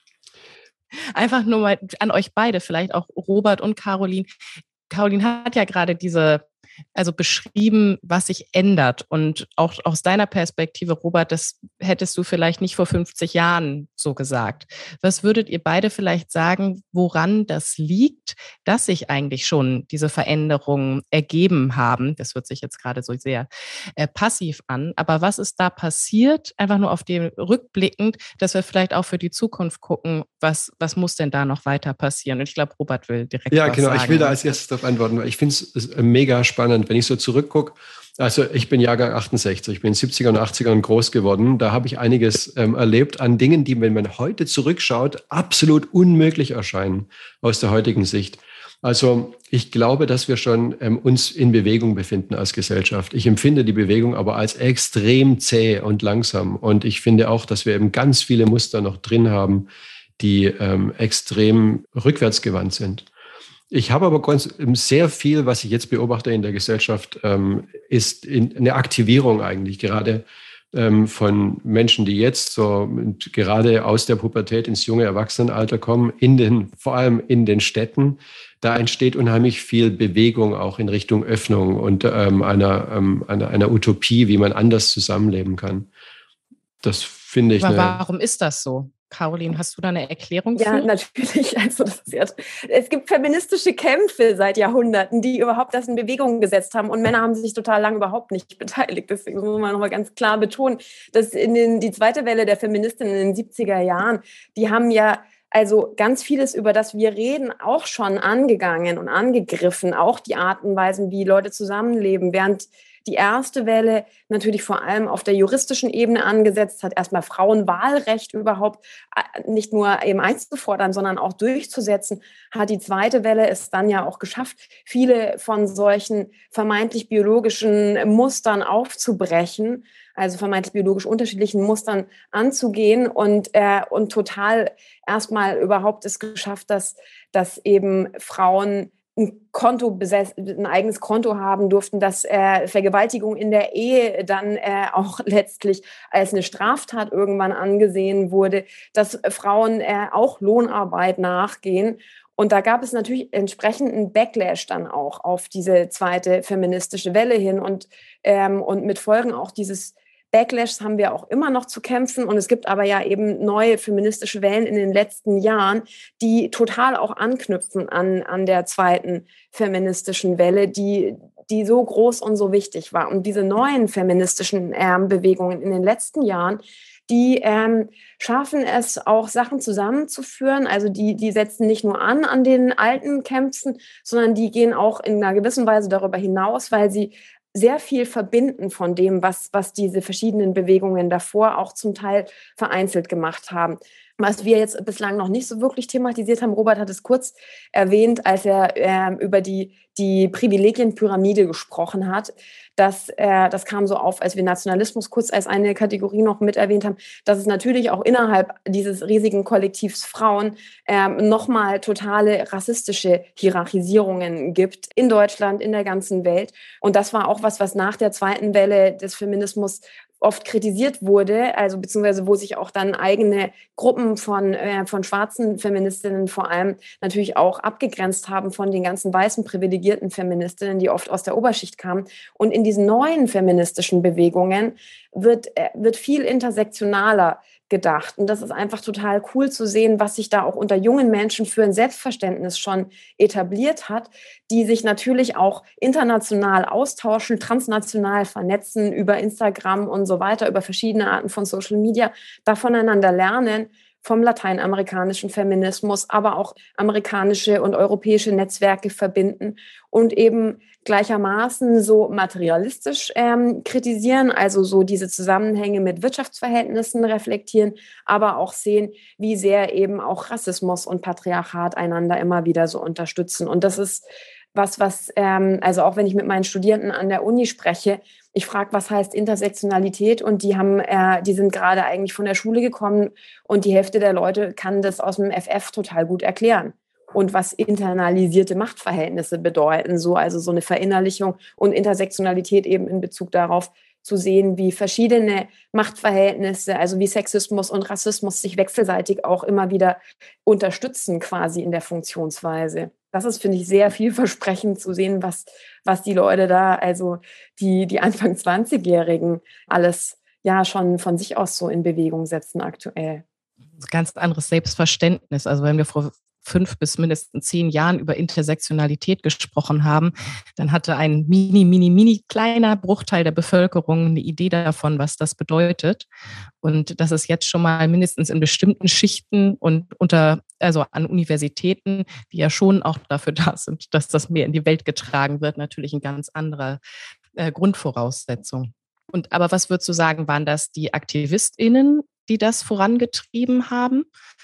Einfach nur mal an euch beide, vielleicht auch Robert und Caroline. Caroline hat ja gerade diese, also beschrieben, was sich ändert. Und auch aus deiner Perspektive, Robert, das hättest du vielleicht nicht vor fünfzig Jahren so gesagt. Was würdet ihr beide vielleicht sagen, woran das liegt, dass sich eigentlich schon diese Veränderungen ergeben haben? Das hört sich jetzt gerade so sehr äh, passiv an. Aber was ist da passiert? Einfach nur auf dem rückblickend, dass wir vielleicht auch für die Zukunft gucken, was, was muss denn da noch weiter passieren? Und ich glaube, Robert will direkt ja, was genau, sagen. Ich will da als erstes darauf antworten, weil ich finde es mega spannend. Wenn ich so zurückgucke, also ich bin Jahrgang achtundsechzig, ich bin in den siebziger und achtzigern groß geworden. Da habe ich einiges ähm, erlebt an Dingen, die, wenn man heute zurückschaut, absolut unmöglich erscheinen aus der heutigen Sicht. Also ich glaube, dass wir schon ähm, uns in Bewegung befinden als Gesellschaft. Ich empfinde die Bewegung aber als extrem zäh und langsam. Und ich finde auch, dass wir eben ganz viele Muster noch drin haben, die ähm, extrem rückwärtsgewandt sind. Ich habe aber ganz, sehr viel, was ich jetzt beobachte in der Gesellschaft, ähm, ist in, eine Aktivierung eigentlich, gerade ähm, von Menschen, die jetzt so gerade aus der Pubertät ins junge Erwachsenenalter kommen, in den, vor allem in den Städten. Da entsteht unheimlich viel Bewegung auch in Richtung Öffnung und ähm, einer, ähm, einer, einer Utopie, wie man anders zusammenleben kann. Das finde ich. Aber eine, warum ist das so? Caroline, hast du da eine Erklärung ja, für? natürlich. Also das ist jetzt, es gibt feministische Kämpfe seit Jahrhunderten, die überhaupt das in Bewegung gesetzt haben. Und Männer haben sich total lange überhaupt nicht beteiligt. Deswegen muss man nochmal ganz klar betonen, dass in den, die zweite Welle der Feministinnen in den siebziger Jahren, die haben ja also ganz vieles, über das wir reden, auch schon angegangen und angegriffen. Auch die Arten und Weisen, wie Leute zusammenleben, während die erste Welle natürlich vor allem auf der juristischen Ebene angesetzt hat, erstmal Frauenwahlrecht überhaupt nicht nur eben einzufordern, sondern auch durchzusetzen, hat die zweite Welle es dann ja auch geschafft, viele von solchen vermeintlich biologischen Mustern aufzubrechen, also vermeintlich biologisch unterschiedlichen Mustern anzugehen und, äh, und total erstmal überhaupt es geschafft, dass, dass eben Frauen ein Konto besessen, ein eigenes Konto haben durften, dass äh, Vergewaltigung in der Ehe dann äh, auch letztlich als eine Straftat irgendwann angesehen wurde, dass Frauen äh, auch Lohnarbeit nachgehen. Und da gab es natürlich entsprechend einen Backlash dann auch auf diese zweite feministische Welle hin und, ähm, und mit Folgen auch dieses Backlash haben wir auch immer noch zu kämpfen. Und es gibt aber ja eben neue feministische Wellen in den letzten Jahren, die total auch anknüpfen an, an der zweiten feministischen Welle, die, die so groß und so wichtig war. Und diese neuen feministischen ähm, Bewegungen in den letzten Jahren, die ähm, schaffen es auch, Sachen zusammenzuführen. Also die, die setzen nicht nur an an den alten Kämpfen, sondern die gehen auch in einer gewissen Weise darüber hinaus, weil sie sehr viel verbinden von dem, was, was diese verschiedenen Bewegungen davor auch zum Teil vereinzelt gemacht haben. Was wir jetzt bislang noch nicht so wirklich thematisiert haben, Robert hat es kurz erwähnt, als er äh, über die, die Privilegienpyramide gesprochen hat. Das, äh, das kam so auf, als wir Nationalismus kurz als eine Kategorie noch mit erwähnt haben, dass es natürlich auch innerhalb dieses riesigen Kollektivs Frauen äh, nochmal totale rassistische Hierarchisierungen gibt in Deutschland, in der ganzen Welt. Und das war auch was, was nach der zweiten Welle des Feminismus oft kritisiert wurde, also beziehungsweise wo sich auch dann eigene Gruppen von, äh, von schwarzen Feministinnen vor allem natürlich auch abgegrenzt haben von den ganzen weißen privilegierten Feministinnen, die oft aus der Oberschicht kamen. Und in diesen neuen feministischen Bewegungen wird, äh, wird viel intersektionaler gedacht. Und das ist einfach total cool zu sehen, was sich da auch unter jungen Menschen für ein Selbstverständnis schon etabliert hat, die sich natürlich auch international austauschen, transnational vernetzen über Instagram und so weiter, über verschiedene Arten von Social Media, da voneinander lernen, vom lateinamerikanischen Feminismus, aber auch amerikanische und europäische Netzwerke verbinden und eben gleichermaßen so materialistisch ähm, kritisieren, also so diese Zusammenhänge mit Wirtschaftsverhältnissen reflektieren, aber auch sehen, wie sehr eben auch Rassismus und Patriarchat einander immer wieder so unterstützen. Und das ist was, was, ähm, also auch wenn ich mit meinen Studierenden an der Uni spreche, ich frage, was heißt Intersektionalität? Und die haben, äh, die sind gerade eigentlich von der Schule gekommen und die Hälfte der Leute kann das aus dem F F total gut erklären. Und was internalisierte Machtverhältnisse bedeuten, so also so eine Verinnerlichung und Intersektionalität eben in Bezug darauf zu sehen, wie verschiedene Machtverhältnisse, also wie Sexismus und Rassismus sich wechselseitig auch immer wieder unterstützen quasi in der Funktionsweise. Das ist, finde ich, sehr vielversprechend zu sehen, was, was die Leute da, also die, die Anfang zwanzigjährigen alles ja schon von sich aus so in Bewegung setzen aktuell. Ganz anderes Selbstverständnis. Also wenn wir vor fünf bis mindestens zehn Jahren über Intersektionalität gesprochen haben, dann hatte ein mini, mini, mini kleiner Bruchteil der Bevölkerung eine Idee davon, was das bedeutet. Und dass es jetzt schon mal mindestens in bestimmten Schichten und unter, also an Universitäten, die ja schon auch dafür da sind, dass das mehr in die Welt getragen wird, natürlich eine ganz andere äh, Grundvoraussetzung. Und aber was würdest du sagen, waren das die AktivistInnen, die das vorangetrieben haben?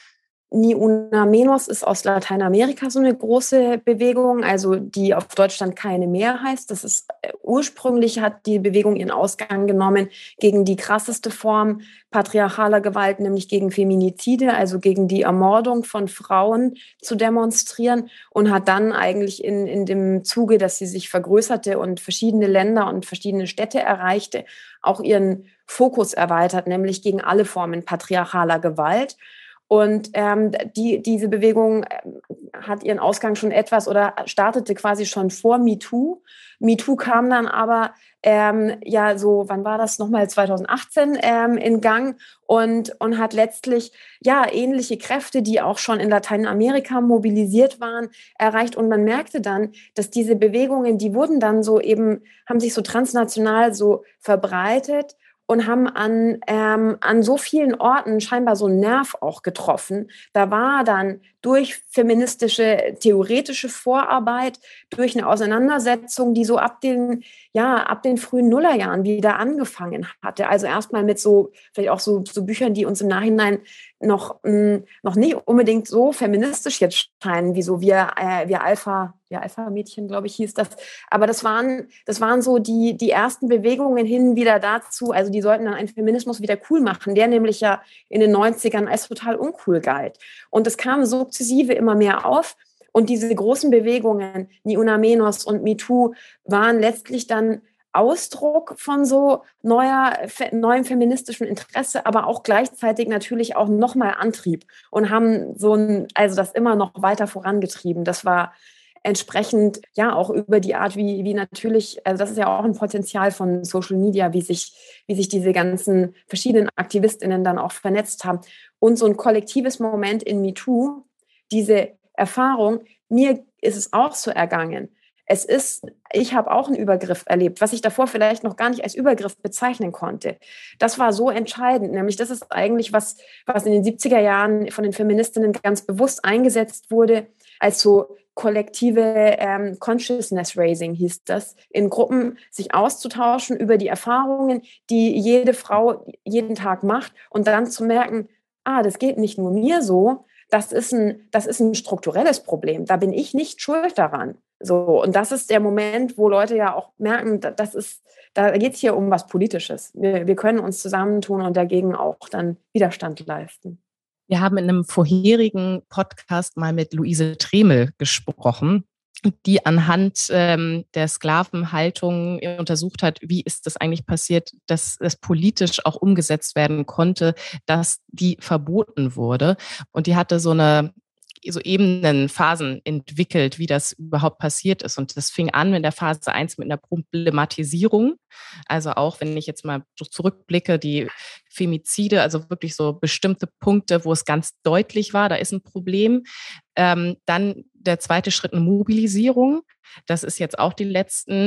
Ni Una Menos ist aus Lateinamerika so eine große Bewegung, also die auf Deutschland keine mehr heißt. Das ist ursprünglich hat die Bewegung ihren Ausgang genommen gegen die krasseste Form patriarchaler Gewalt, nämlich gegen Feminizide, also gegen die Ermordung von Frauen zu demonstrieren und hat dann eigentlich in, in dem Zuge, dass sie sich vergrößerte und verschiedene Länder und verschiedene Städte erreichte, auch ihren Fokus erweitert, nämlich gegen alle Formen patriarchaler Gewalt. Und ähm, die, diese Bewegung hat ihren Ausgang schon etwas oder startete quasi schon vor MeToo. MeToo kam dann aber ähm, ja so, wann war das nochmal, zweitausendachtzehn ähm, in Gang und, und hat letztlich ja ähnliche Kräfte, die auch schon in Lateinamerika mobilisiert waren, erreicht. Und man merkte dann, dass diese Bewegungen, die wurden dann so eben, haben sich so transnational so verbreitet und haben an, ähm, an so vielen Orten scheinbar so einen Nerv auch getroffen. Da war dann durch feministische, theoretische Vorarbeit, durch eine Auseinandersetzung, die so ab den, ja, ab den frühen Nullerjahren wieder angefangen hatte. Also erstmal mit so, vielleicht auch so, so Büchern, die uns im Nachhinein noch, mh, noch nicht unbedingt so feministisch jetzt scheinen, wie so wir, äh, wir Alpha, ja, Alpha-Mädchen, glaube ich, hieß das. Aber das waren, das waren so die, die ersten Bewegungen hin wieder dazu. Also die sollten dann einen Feminismus wieder cool machen, der nämlich ja in den neunzigern als total uncool galt. Und es kam sukzessive immer mehr auf. Und diese großen Bewegungen, Ni Una Menos und MeToo, waren letztlich dann Ausdruck von so neuer, neuem feministischem Interesse, aber auch gleichzeitig natürlich auch nochmal Antrieb und haben so ein, also das immer noch weiter vorangetrieben. Das war entsprechend ja auch über die Art, wie, wie natürlich, also das ist ja auch ein Potenzial von Social Media, wie sich, wie sich diese ganzen verschiedenen AktivistInnen dann auch vernetzt haben. Und so ein kollektives Moment in MeToo, diese Erfahrung, mir ist es auch so ergangen. Es ist, ich habe auch einen Übergriff erlebt, was ich davor vielleicht noch gar nicht als Übergriff bezeichnen konnte. Das war so entscheidend, nämlich das ist eigentlich was, was in den siebziger Jahren von den Feministinnen ganz bewusst eingesetzt wurde, als so kollektive ähm, Consciousness Raising hieß das, in Gruppen sich auszutauschen über die Erfahrungen, die jede Frau jeden Tag macht und dann zu merken, ah, das geht nicht nur mir so, das ist ein, das ist ein strukturelles Problem, da bin ich nicht schuld daran. So, und das ist der Moment, wo Leute ja auch merken, das ist, da geht es hier um was Politisches. Wir, wir können uns zusammentun und dagegen auch dann Widerstand leisten. Wir haben in einem vorherigen Podcast mal mit Luise Tremel gesprochen, die anhand ähm, der Sklavenhaltung untersucht hat, wie ist das eigentlich passiert, dass es politisch auch umgesetzt werden konnte, dass die verboten wurde. Und die hatte so eine so Ebenen, Phasen entwickelt, wie das überhaupt passiert ist. Und das fing an in der Phase eins mit einer Problematisierung. Also auch, wenn ich jetzt mal zurückblicke, die Femizide, also wirklich so bestimmte Punkte, wo es ganz deutlich war, da ist ein Problem. Ähm, dann der zweite Schritt, eine Mobilisierung. Das ist jetzt auch die letzten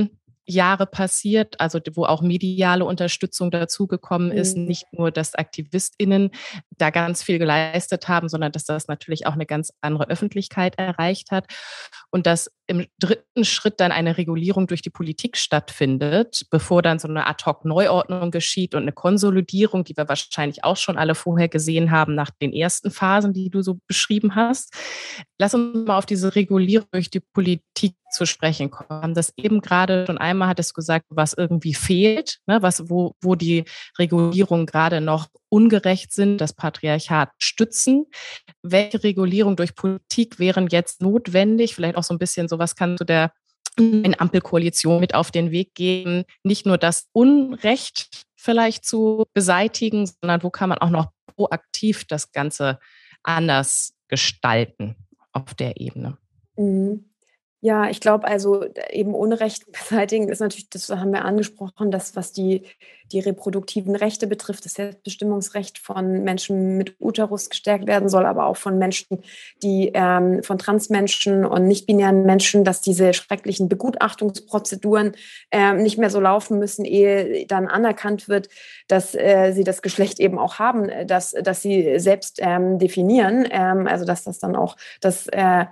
Jahre passiert, also wo auch mediale Unterstützung dazugekommen ist, mhm. nicht nur, dass AktivistInnen da ganz viel geleistet haben, sondern dass das natürlich auch eine ganz andere Öffentlichkeit erreicht hat und dass im dritten Schritt dann eine Regulierung durch die Politik stattfindet, bevor dann so eine Ad-hoc-Neuordnung geschieht und eine Konsolidierung, die wir wahrscheinlich auch schon alle vorher gesehen haben nach den ersten Phasen, die du so beschrieben hast. Lass uns mal auf diese Regulierung durch die Politik zu sprechen kommen. Das eben gerade schon einmal hattest du gesagt, was irgendwie fehlt, ne, was, wo, wo die Regulierungen gerade noch ungerecht sind, das Patriarchat stützen. Welche Regulierung durch Politik wären jetzt notwendig? Vielleicht auch so ein bisschen so, was kannst du der in Ampelkoalition mit auf den Weg geben, nicht nur das Unrecht vielleicht zu beseitigen, sondern wo kann man auch noch proaktiv das Ganze anders gestalten auf der Ebene? Mhm. Ja, ich glaube, also eben Unrecht beseitigen ist natürlich, das haben wir angesprochen, das, was die, die reproduktiven Rechte betrifft, das Selbstbestimmungsrecht von Menschen mit Uterus gestärkt werden soll, aber auch von Menschen, die ähm, von Transmenschen und nicht-binären Menschen, dass diese schrecklichen Begutachtungsprozeduren ähm, nicht mehr so laufen müssen, ehe dann anerkannt wird, dass äh, sie das Geschlecht eben auch haben, dass, dass sie selbst ähm, definieren, ähm, also dass das dann auch das äh,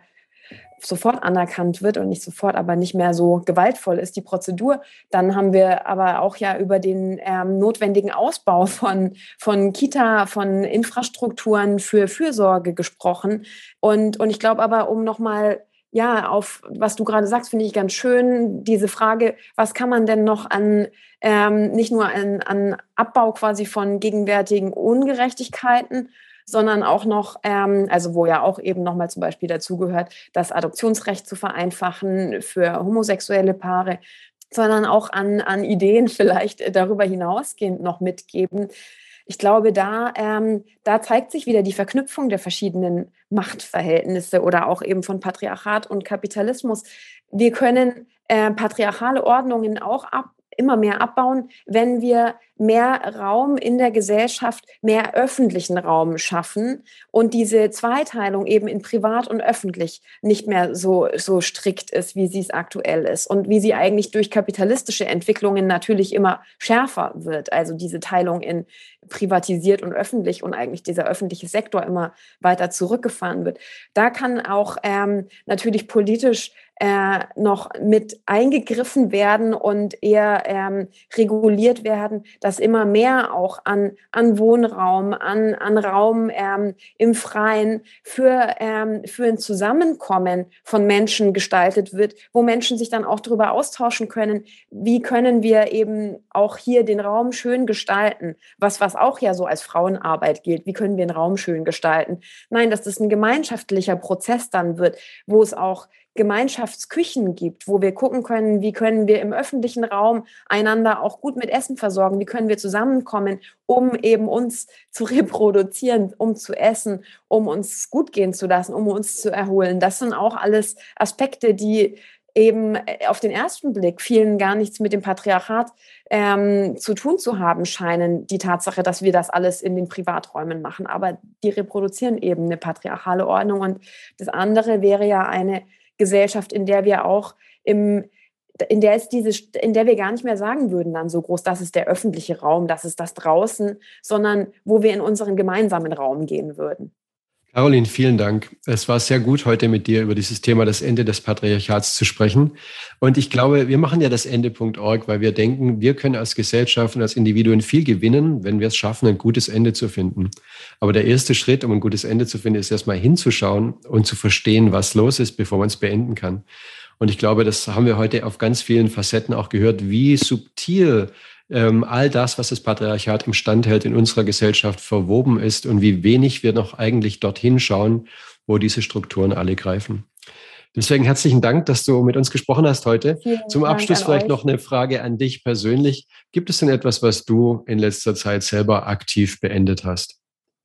sofort anerkannt wird und nicht sofort, aber nicht mehr so gewaltvoll ist, die Prozedur. Dann haben wir aber auch ja über den ähm, notwendigen Ausbau von, von Kita, von Infrastrukturen für Fürsorge gesprochen. Und, und ich glaube aber, um nochmal ja, auf was du gerade sagst, finde ich ganz schön, diese Frage, was kann man denn noch an, ähm, nicht nur an, an Abbau quasi von gegenwärtigen Ungerechtigkeiten, sondern auch noch, ähm, also wo ja auch eben nochmal zum Beispiel dazugehört, das Adoptionsrecht zu vereinfachen für homosexuelle Paare, sondern auch an, an Ideen vielleicht darüber hinausgehend noch mitgeben. Ich glaube, da, ähm, da zeigt sich wieder die Verknüpfung der verschiedenen Machtverhältnisse oder auch eben von Patriarchat und Kapitalismus. Wir können äh, patriarchale Ordnungen auch ab, immer mehr abbauen, wenn wir mehr Raum in der Gesellschaft, mehr öffentlichen Raum schaffen und diese Zweiteilung eben in privat und öffentlich nicht mehr so, so strikt ist, wie sie es aktuell ist und wie sie eigentlich durch kapitalistische Entwicklungen natürlich immer schärfer wird. Also diese Teilung in privatisiert und öffentlich und eigentlich dieser öffentliche Sektor immer weiter zurückgefahren wird. Da kann auch ähm, natürlich politisch äh, noch mit eingegriffen werden und eher ähm, reguliert werden, dass immer mehr auch an, an Wohnraum, an, an Raum ähm, im Freien für, ähm, für ein Zusammenkommen von Menschen gestaltet wird, wo Menschen sich dann auch darüber austauschen können, wie können wir eben auch hier den Raum schön gestalten, was, was auch ja so als Frauenarbeit gilt, wie können wir den Raum schön gestalten. Nein, dass das ein gemeinschaftlicher Prozess dann wird, wo es auch Gemeinschaftsküchen gibt, wo wir gucken können, wie können wir im öffentlichen Raum einander auch gut mit Essen versorgen, wie können wir zusammenkommen, um eben uns zu reproduzieren, um zu essen, um uns gut gehen zu lassen, um uns zu erholen. Das sind auch alles Aspekte, die eben auf den ersten Blick vielen gar nichts mit dem Patriarchat ähm, zu tun zu haben scheinen, die Tatsache, dass wir das alles in den Privaträumen machen. Aber die reproduzieren eben eine patriarchale Ordnung. Und das andere wäre ja eine Gesellschaft, in der wir auch im, in der ist diese, in der wir gar nicht mehr sagen würden dann so groß, das ist der öffentliche Raum, das ist das draußen, sondern wo wir in unseren gemeinsamen Raum gehen würden. Caroline, vielen Dank. Es war sehr gut, heute mit dir über dieses Thema, das Ende des Patriarchats, zu sprechen. Und ich glaube, wir machen ja das Ende Punkt org, weil wir denken, wir können als Gesellschaft und als Individuen viel gewinnen, wenn wir es schaffen, ein gutes Ende zu finden. Aber der erste Schritt, um ein gutes Ende zu finden, ist erstmal hinzuschauen und zu verstehen, was los ist, bevor man es beenden kann. Und ich glaube, das haben wir heute auf ganz vielen Facetten auch gehört, wie subtil ähm, all das, was das Patriarchat im Stand hält, in unserer Gesellschaft verwoben ist und wie wenig wir noch eigentlich dorthin schauen, wo diese Strukturen alle greifen. Deswegen herzlichen Dank, dass du mit uns gesprochen hast heute. Vielen Zum Dank Abschluss an vielleicht euch. noch eine Frage an dich persönlich. Gibt es denn etwas, was du in letzter Zeit selber aktiv beendet hast?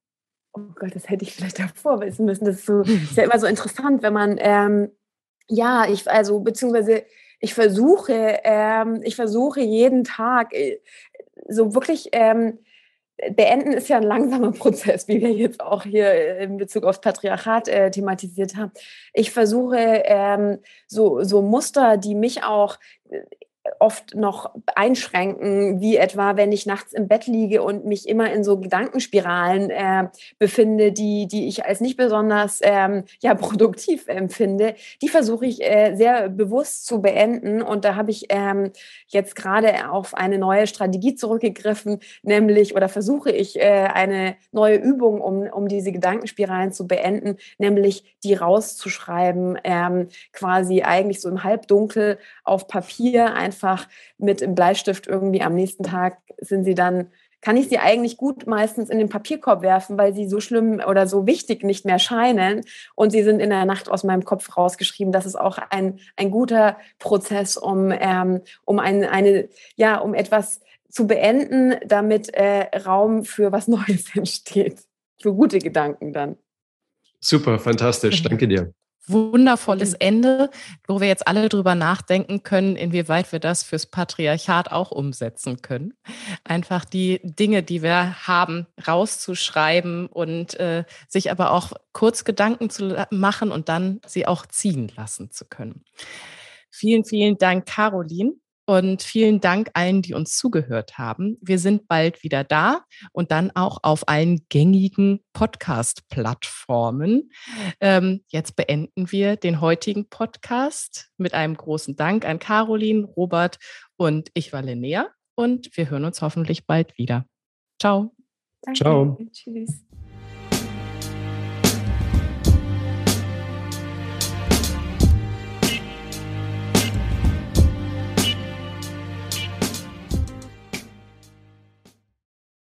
Oh Gott, das hätte ich vielleicht davor wissen müssen. Das ist, so, ist ja immer so interessant, wenn man, ähm, ja, ich, also, beziehungsweise ich versuche, ähm, ich versuche jeden Tag äh, so wirklich, ähm, beenden ist ja ein langsamer Prozess, wie wir jetzt auch hier in Bezug aufs Patriarchat äh, thematisiert haben. Ich versuche ähm, so, so Muster, die mich auch oft noch einschränken, wie etwa, wenn ich nachts im Bett liege und mich immer in so Gedankenspiralen äh, befinde, die, die ich als nicht besonders ähm, ja, produktiv empfinde, die versuche ich äh, sehr bewusst zu beenden. Und da habe ich ähm, jetzt gerade auf eine neue Strategie zurückgegriffen, nämlich, oder versuche ich äh, eine neue Übung, um, um diese Gedankenspiralen zu beenden, nämlich die rauszuschreiben, ähm, quasi eigentlich so im Halbdunkel auf Papier, einfach mit dem Bleistift irgendwie am nächsten Tag sind sie dann, kann ich sie eigentlich gut meistens in den Papierkorb werfen, weil sie so schlimm oder so wichtig nicht mehr scheinen und sie sind in der Nacht aus meinem Kopf rausgeschrieben. Das ist auch ein, ein guter Prozess, um, ähm, um ein, eine, ja, um etwas zu beenden, damit äh, Raum für was Neues entsteht. Für gute Gedanken dann. Super, fantastisch. Danke dir. Wundervolles Ende, wo wir jetzt alle drüber nachdenken können, inwieweit wir das fürs Patriarchat auch umsetzen können. Einfach die Dinge, die wir haben, rauszuschreiben und äh, sich aber auch kurz Gedanken zu machen und dann sie auch ziehen lassen zu können. Vielen, vielen Dank, Caroline. Und vielen Dank allen, die uns zugehört haben. Wir sind bald wieder da und dann auch auf allen gängigen Podcast-Plattformen. Ähm, jetzt beenden wir den heutigen Podcast mit einem großen Dank an Caroline, Robert und ich war Linnea. Und wir hören uns hoffentlich bald wieder. Ciao. Danke. Ciao. Tschüss.